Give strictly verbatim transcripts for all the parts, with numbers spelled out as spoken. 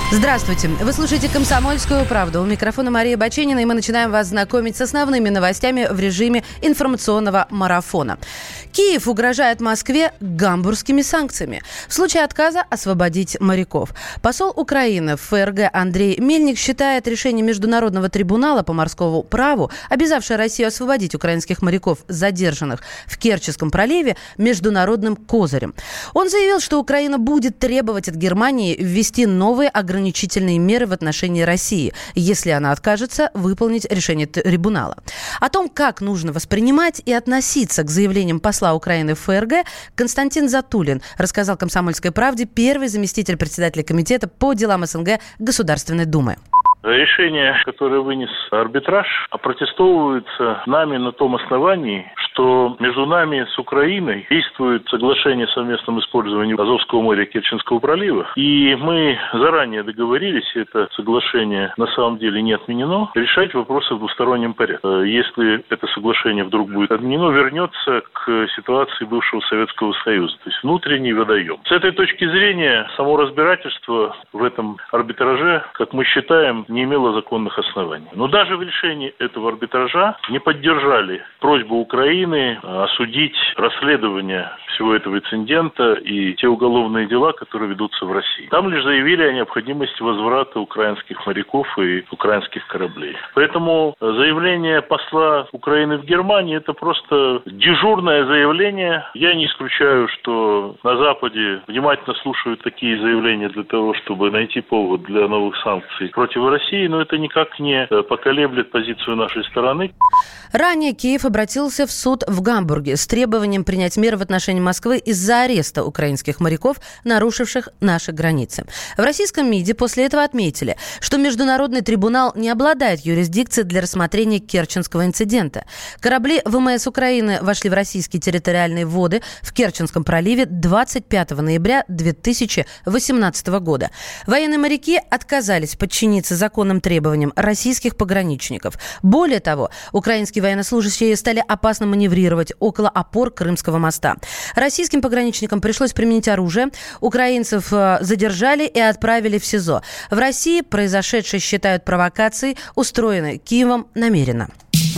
Здравствуйте. Вы слушаете «Комсомольскую правду». У микрофона Мария Баченина, и мы начинаем вас знакомить с основными новостями в режиме информационного марафона. Киев угрожает Москве гамбургскими санкциями в случае отказа освободить моряков. Посол Украины в ФРГ Андрей Мельник считает решение Международного трибунала по морскому праву, обязавшее Россию освободить украинских моряков, задержанных в Керченском проливе, международным козырем. Он заявил, что Украина будет требовать от Германии ввести новые ограничения ограничительные меры в отношении России, если она откажется выполнить решение трибунала. О том, как нужно воспринимать и относиться к заявлениям посла Украины в ФРГ, Константин Затулин рассказал «Комсомольской правде», первый заместитель председателя комитета по делам СНГ Государственной Думы. Решение, которое вынес арбитраж, опротестовывается нами на том основании, что между нами с Украиной действует соглашение о совместном использовании Азовского моря и Керченского пролива. И мы заранее договорились, это соглашение на самом деле не отменено, решать вопросы в двустороннем порядке. Если это соглашение вдруг будет отменено, вернется к ситуации бывшего Советского Союза, то есть внутренний водоем. С этой точки зрения, само разбирательство в этом арбитраже, как мы считаем, не имело законных оснований. Но даже в решении этого арбитража не поддержали просьбу Украины осудить расследование всего этого инцидента и те уголовные дела, которые ведутся в России. Там лишь заявили о необходимости возврата украинских моряков и украинских кораблей. Поэтому заявление посла Украины в Германии – это просто дежурное заявление. Я не исключаю, что на Западе внимательно слушают такие заявления для того, чтобы найти повод для новых санкций против России, но это никак не поколеблет позицию нашей стороны. Ранее Киев обратился в суд в Гамбурге с требованием принять меры в отношении Москвы из-за ареста украинских моряков, нарушивших наши границы. В российском МИДе после этого отметили, что Международный трибунал не обладает юрисдикцией для рассмотрения Керченского инцидента. Корабли ВМС Украины вошли в российские территориальные воды в Керченском проливе двадцать пятого ноября две тысячи восемнадцатого года. Военные моряки отказались подчиниться законным требованиям российских пограничников. Более того, украинские военнослужащие стали опасно маневрировать около опор Крымского моста. Российским пограничникам пришлось применить оружие. Украинцев задержали и отправили в СИЗО. В России произошедшее считают провокацией, устроенной Киевом намеренно.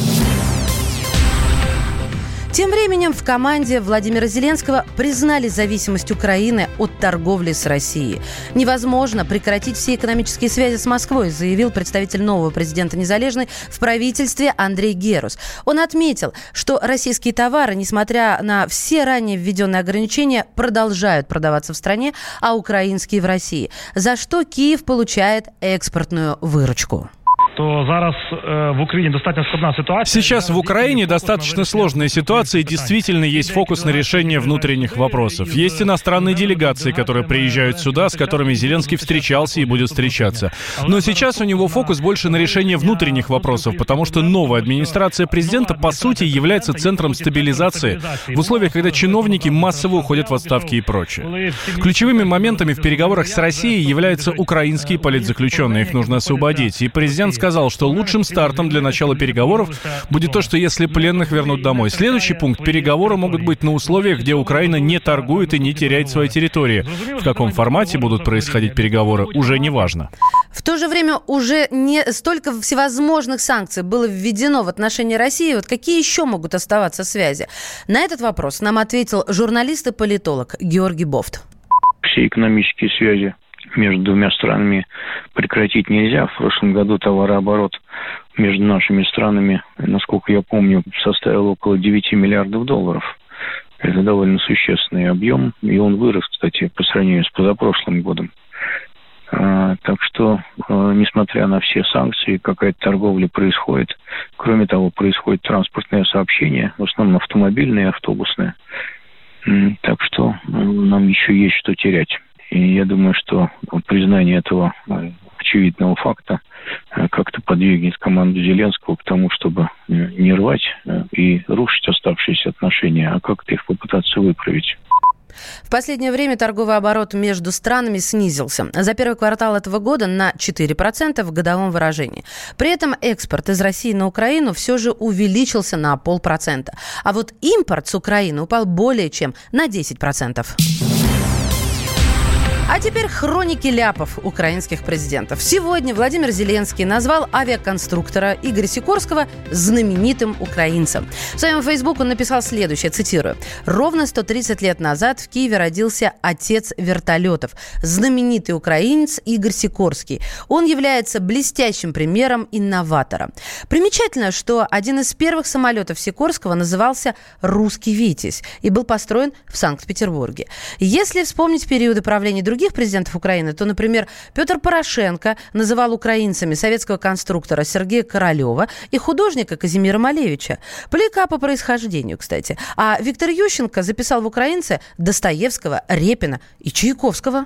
Тем временем в команде Владимира Зеленского признали зависимость Украины от торговли с Россией. Невозможно прекратить все экономические связи с Москвой, заявил представитель нового президента Незалежной в правительстве Андрей Герус. Он отметил, что российские товары, несмотря на все ранее введенные ограничения, продолжают продаваться в стране, а украинские в России, за что Киев получает экспортную выручку. Сейчас в Украине достаточно сложная ситуация, и действительно есть фокус на решение внутренних вопросов. Есть иностранные делегации, которые приезжают сюда, с которыми Зеленский встречался и будет встречаться. Но сейчас у него фокус больше на решение внутренних вопросов, потому что новая администрация президента, по сути, является центром стабилизации в условиях, когда чиновники массово уходят в отставки и прочее. Ключевыми моментами в переговорах с Россией являются украинские политзаключенные. Их нужно освободить. И президент сказал, что лучшим стартом для начала переговоров будет то, что если пленных вернут домой. Следующий пункт. Переговоры могут быть на условиях, где Украина не торгует и не теряет свои территории. В каком формате будут происходить переговоры, уже не важно. В то же время уже не столько всевозможных санкций было введено в отношении России. Вот какие еще могут оставаться связи? На этот вопрос нам ответил журналист и политолог Георгий Бофт. Все экономические связи между двумя странами прекратить нельзя. В прошлом году товарооборот между нашими странами, насколько я помню, составил около девяти миллиардов долларов. Это довольно существенный объем, и он вырос, кстати, по сравнению с позапрошлым годом. А, так что, а, несмотря на все санкции, какая-то торговля происходит. Кроме того, происходит транспортное сообщение, в основном автомобильное и автобусное. Так что нам еще есть что терять. И я думаю, что признание этого очевидного факта как-то подвигнет команду Зеленского к тому, чтобы не рвать и рушить оставшиеся отношения, а как-то их попытаться выправить. В последнее время торговый оборот между странами снизился. За первый квартал этого года на четыре процента в годовом выражении. При этом экспорт из России на Украину все же увеличился на полпроцента. А вот импорт с Украины упал более чем на десять процентов. А теперь хроники ляпов украинских президентов. Сегодня Владимир Зеленский назвал авиаконструктора Игоря Сикорского знаменитым украинцем. В своем фейсбуке он написал следующее, цитирую. «Ровно сто тридцать лет назад в Киеве родился отец вертолетов, знаменитый украинец Игорь Сикорский. Он является блестящим примером инноватора». Примечательно, что один из первых самолетов Сикорского назывался «Русский Витязь» и был построен в Санкт-Петербурге. Если вспомнить периоды правления других президентов Украины, то, например, Петр Порошенко называл украинцами советского конструктора Сергея Королева и художника Казимира Малевича. Поляка по происхождению, кстати. А Виктор Ющенко записал в украинцы Достоевского, Репина и Чайковского.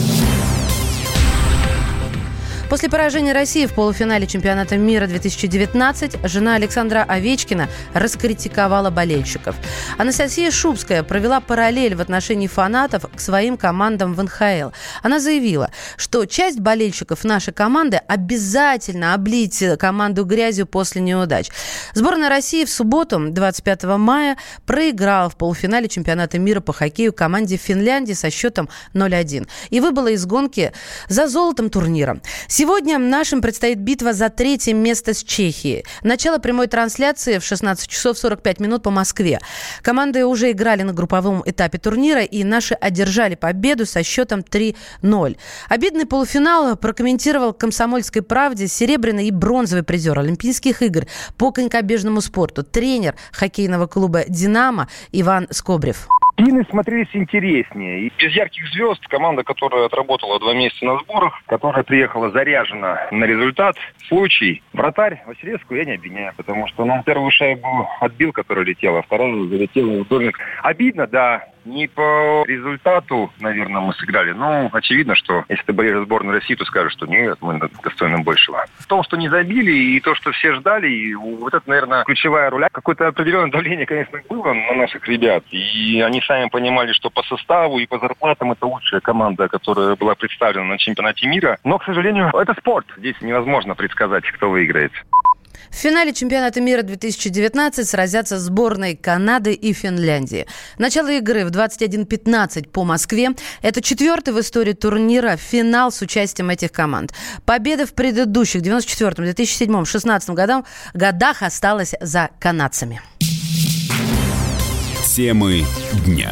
После поражения России в полуфинале чемпионата мира две тысячи девятнадцать жена Александра Овечкина раскритиковала болельщиков. Анастасия Шубская провела параллель в отношении фанатов к своим командам в эн ха эл. Она заявила, что часть болельщиков нашей команды обязательно облить команду грязью после неудач. Сборная России в субботу, двадцать пятого мая, проиграла в полуфинале чемпионата мира по хоккею команде Финляндии со счетом ноль один и выбыла из гонки за золотом турнира. Сегодня нашим предстоит битва за третье место с Чехией. Начало прямой трансляции в шестнадцать часов сорок пять минут по Москве. Команды уже играли на групповом этапе турнира, и наши одержали победу со счетом три ноль. Обидный полуфинал прокомментировал «Комсомольской правде» серебряный и бронзовый призер Олимпийских игр по конькобежному спорту, тренер хоккейного клуба «Динамо» Иван Скобрев. Финны смотрелись интереснее. И без ярких звезд команда, которая отработала два месяца на сборах, которая приехала заряжена на результат. Случай. Вратарь Василевскую я не обвиняю, потому что он первую шайбу отбил, которая летела, а вторая залетела в дольник. Обидно, да. Не по результату, наверное, мы сыграли. Но очевидно, что если ты болеешь за сборную России, то скажешь, что нет, мы достойны большего. В том, что не забили, и то, что все ждали, и вот это, наверное, ключевая роль. Какое-то определенное давление, конечно, было на наших ребят. И они сами понимали, что по составу и по зарплатам это лучшая команда, которая была представлена на чемпионате мира. Но, к сожалению, это спорт. Здесь невозможно предсказать, кто выиграет. В финале чемпионата мира две тысячи девятнадцать сразятся сборные Канады и Финляндии. Начало игры в двадцать один пятнадцать по Москве. Это четвертый в истории турнира финал с участием этих команд. Победа в предыдущих девяносто четвёртом, две тысячи седьмом, две тысячи шестнадцатом годам, годах осталась за канадцами. Темы дня.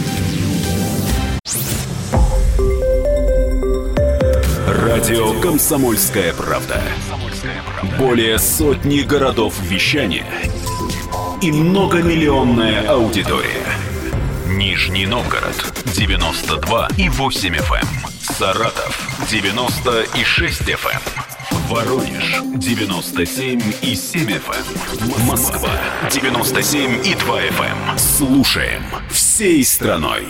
Радио «Комсомольская правда». Более сотни городов вещания и многомиллионная аудитория. Нижний Новгород девяносто два и восемь эф эм, Саратов девяносто и шесть эф эм, Воронеж девяносто семь и семь эф эм, Москва девяносто семь и два эф эм. Слушаем всей страной.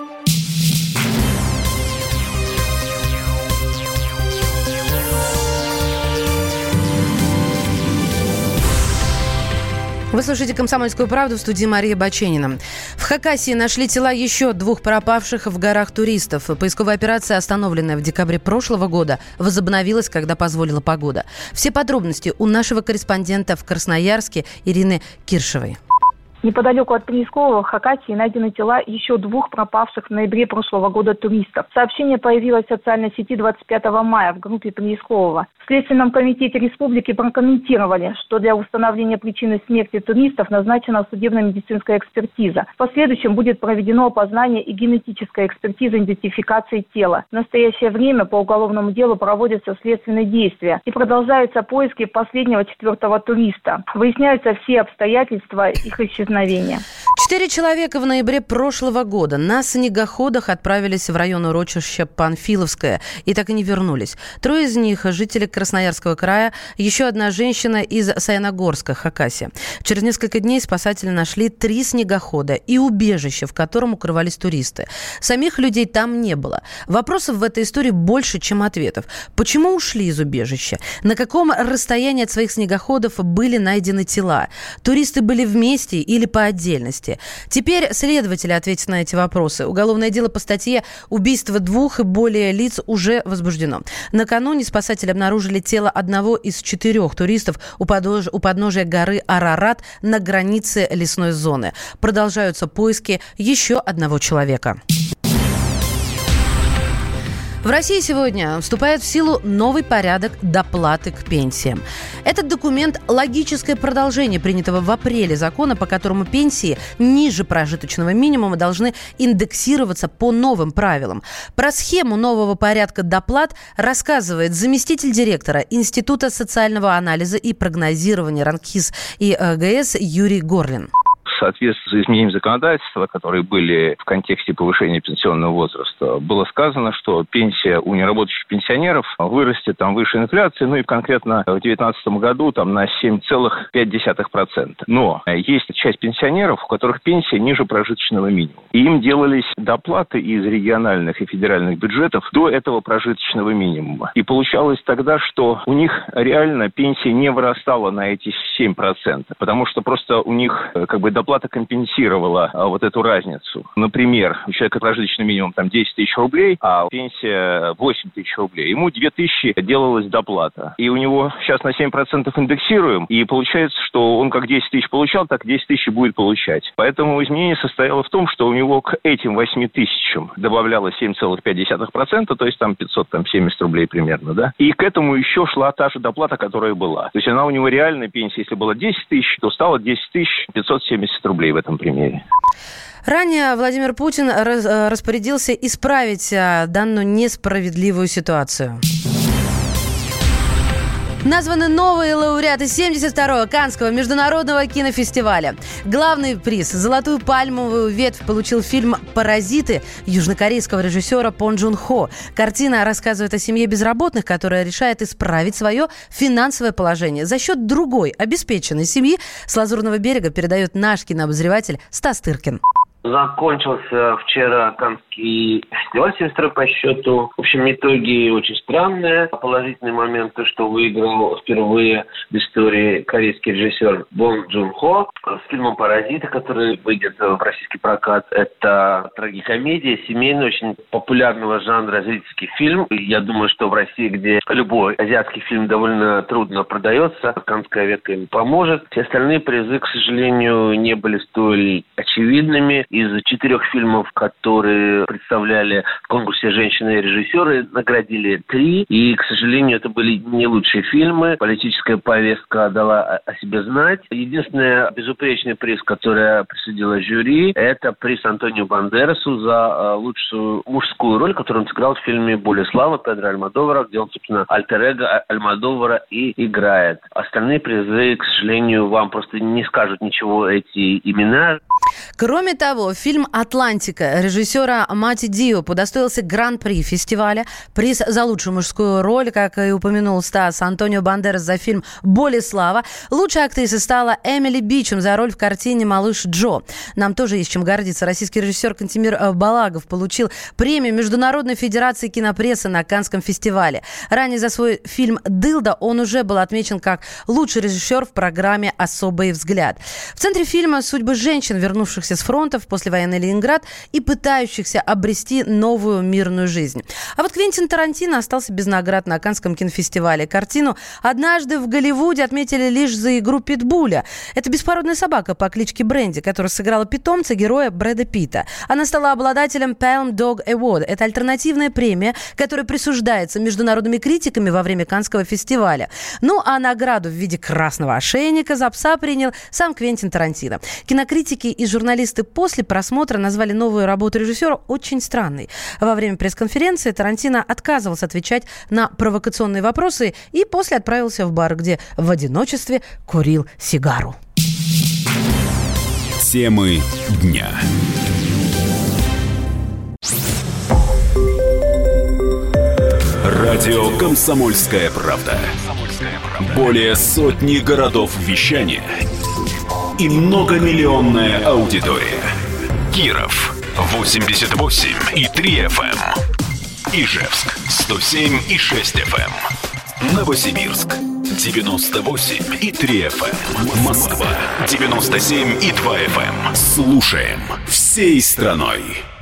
Вы слушаете «Комсомольскую правду», в студии Мария Баченина. В Хакасии нашли тела еще двух пропавших в горах туристов. Поисковая операция, остановленная в декабре прошлого года, возобновилась, когда позволила погода. Все подробности у нашего корреспондента в Красноярске Ирины Киршевой. Неподалеку от Приискова в Хакасии найдены тела еще двух пропавших в ноябре прошлого года туристов. Сообщение появилось в социальной сети двадцать пятого мая в группе Приискова. В Следственном комитете республики прокомментировали, что для установления причины смерти туристов назначена судебно-медицинская экспертиза. В последующем будет проведено опознание и генетическая экспертиза идентификации тела. В настоящее время по уголовному делу проводятся следственные действия и продолжаются поиски последнего четвертого туриста. Выясняются все обстоятельства их исчезновения. Четыре человека в ноябре прошлого года на снегоходах отправились в район урочища Панфиловское и так и не вернулись. Трое из них – жители Красноярского края, еще одна женщина из Саяногорска, Хакасия. Через несколько дней спасатели нашли три снегохода и убежище, в котором укрывались туристы. Самих людей там не было. Вопросов в этой истории больше, чем ответов. Почему ушли из убежища? На каком расстоянии от своих снегоходов были найдены тела? Туристы были вместе или по отдельности? Теперь следователи ответят на эти вопросы. Уголовное дело по статье «Убийство двух и более лиц» уже возбуждено. Накануне спасатели обнаружили тело одного из четырех туристов у подножия, у подножия горы Арарат на границе лесной зоны. Продолжаются поиски еще одного человека. В России сегодня вступает в силу новый порядок доплаты к пенсиям. Этот документ – логическое продолжение принятого в апреле закона, по которому пенсии ниже прожиточного минимума должны индексироваться по новым правилам. Про схему нового порядка доплат рассказывает заместитель директора Института социального анализа и прогнозирования РАНХИС и ГС Юрий Горлин. В соответствии с изменением законодательства, которые были в контексте повышения пенсионного возраста, было сказано, что пенсия у неработающих пенсионеров вырастет там выше инфляции, ну и конкретно в две тысячи девятнадцатом году там на семь целых пять десятых процента. Но есть часть пенсионеров, у которых пенсия ниже прожиточного минимума. И им делались доплаты из региональных и федеральных бюджетов до этого прожиточного минимума. И получалось тогда, что у них реально пенсия не вырастала на эти семь процентов, потому что просто у них как бы доплата компенсировала а, вот эту разницу. Например, у человека прожиточный минимум там десять тысяч рублей, а пенсия восемь тысяч рублей. Ему две тысячи делалась доплата. И у него сейчас на семь процентов индексируем, и получается, что он как десять тысяч получал, так десять тысяч будет получать. Поэтому изменение состояло в том, что у него к этим восьми тысячам добавлялось семь целых пять десятых процента, то есть там пятьсот семьдесят рублей примерно, да? И к этому еще шла та же доплата, которая была. То есть она у него реальная пенсия, если была десять тысяч, то стала десять тысяч пятьсот семьдесят рублей в этом примере. Ранее Владимир Путин распорядился исправить данную несправедливую ситуацию. Названы новые лауреаты семьдесят второго Каннского международного кинофестиваля. Главный приз – золотую пальмовую ветвь получил фильм «Паразиты» южнокорейского режиссера Пон Джун Хо. Картина рассказывает о семье безработных, которая решает исправить свое финансовое положение за счет другой обеспеченной семьи. С Лазурного берега передает наш кинообозреватель Стас Тыркин. Закончился вчера Каннский фестиваль, семьдесят второй по счету. В общем, итоги очень странные. Положительный момент, то, что выиграл впервые в истории корейский режиссер Бон Джун Хо с фильмом «Паразиты», который выйдет в российский прокат. Это трагикомедия, семейный, очень популярного жанра зрительский фильм. Я думаю, что в России, где любой азиатский фильм довольно трудно продается, Каннская ветка им поможет. Все остальные призы, к сожалению, не были столь очевидными. Из четырех фильмов, которые представляли в конкурсе «Женщины и режиссеры», наградили три. И, к сожалению, это были не лучшие фильмы. Политическая повестка дала о себе знать. Единственный безупречный приз, который присудило жюри, это приз Антонио Бандерасу за лучшую мужскую роль, которую он сыграл в фильме «Более славы» Педро Альмодовара, где он, собственно, альтер-эго Альмодовара и играет. Остальные призы, к сожалению, вам просто не скажут ничего эти имена. Кроме того, фильм «Атлантика» режиссера Мати Диоп удостоился гран-при фестиваля. Приз за лучшую мужскую роль, как и упомянул Стас, Антонио Бандерас за фильм «Более слава». Лучшей актрисой стала Эмили Бичем за роль в картине «Малыш Джо». Нам тоже есть чем гордиться. Российский режиссер Кантемир Балагов получил премию Международной федерации кинопрессы на Каннском фестивале. Ранее за свой фильм «Дылда» он уже был отмечен как лучший режиссер в программе «Особый взгляд». В центре фильма судьбы женщин, вернувшихся с фронта в послевоенный Ленинград и пытающихся обрести новую мирную жизнь. А вот Квентин Тарантино остался без наград на Каннском кинофестивале. Картину «Однажды в Голливуде» отметили лишь за игру Питбуля. Это беспородная собака по кличке Бренди, которая сыграла питомца героя Брэда Питта. Она стала обладателем Palm Dog Award. Это альтернативная премия, которая присуждается международными критиками во время Каннского фестиваля. Ну а награду в виде красного ошейника за пса принял сам Квентин Тарантино. Кинокритики и журналисты после просмотра назвали новую работу режиссера очень странной. Во время пресс-конференции Тарантино отказывался отвечать на провокационные вопросы и после отправился в бар, где в одиночестве курил сигару. Темы дня. Радио «Комсомольская правда». Более сотни городов вещания и многомиллионная аудитория. Киров восемьдесят восемь и три эф эм, Ижевск сто семь и шесть эф эм, Новосибирск девяносто восемь и три эф эм, Москва девяносто семь и два эф эм. Слушаем всей страной.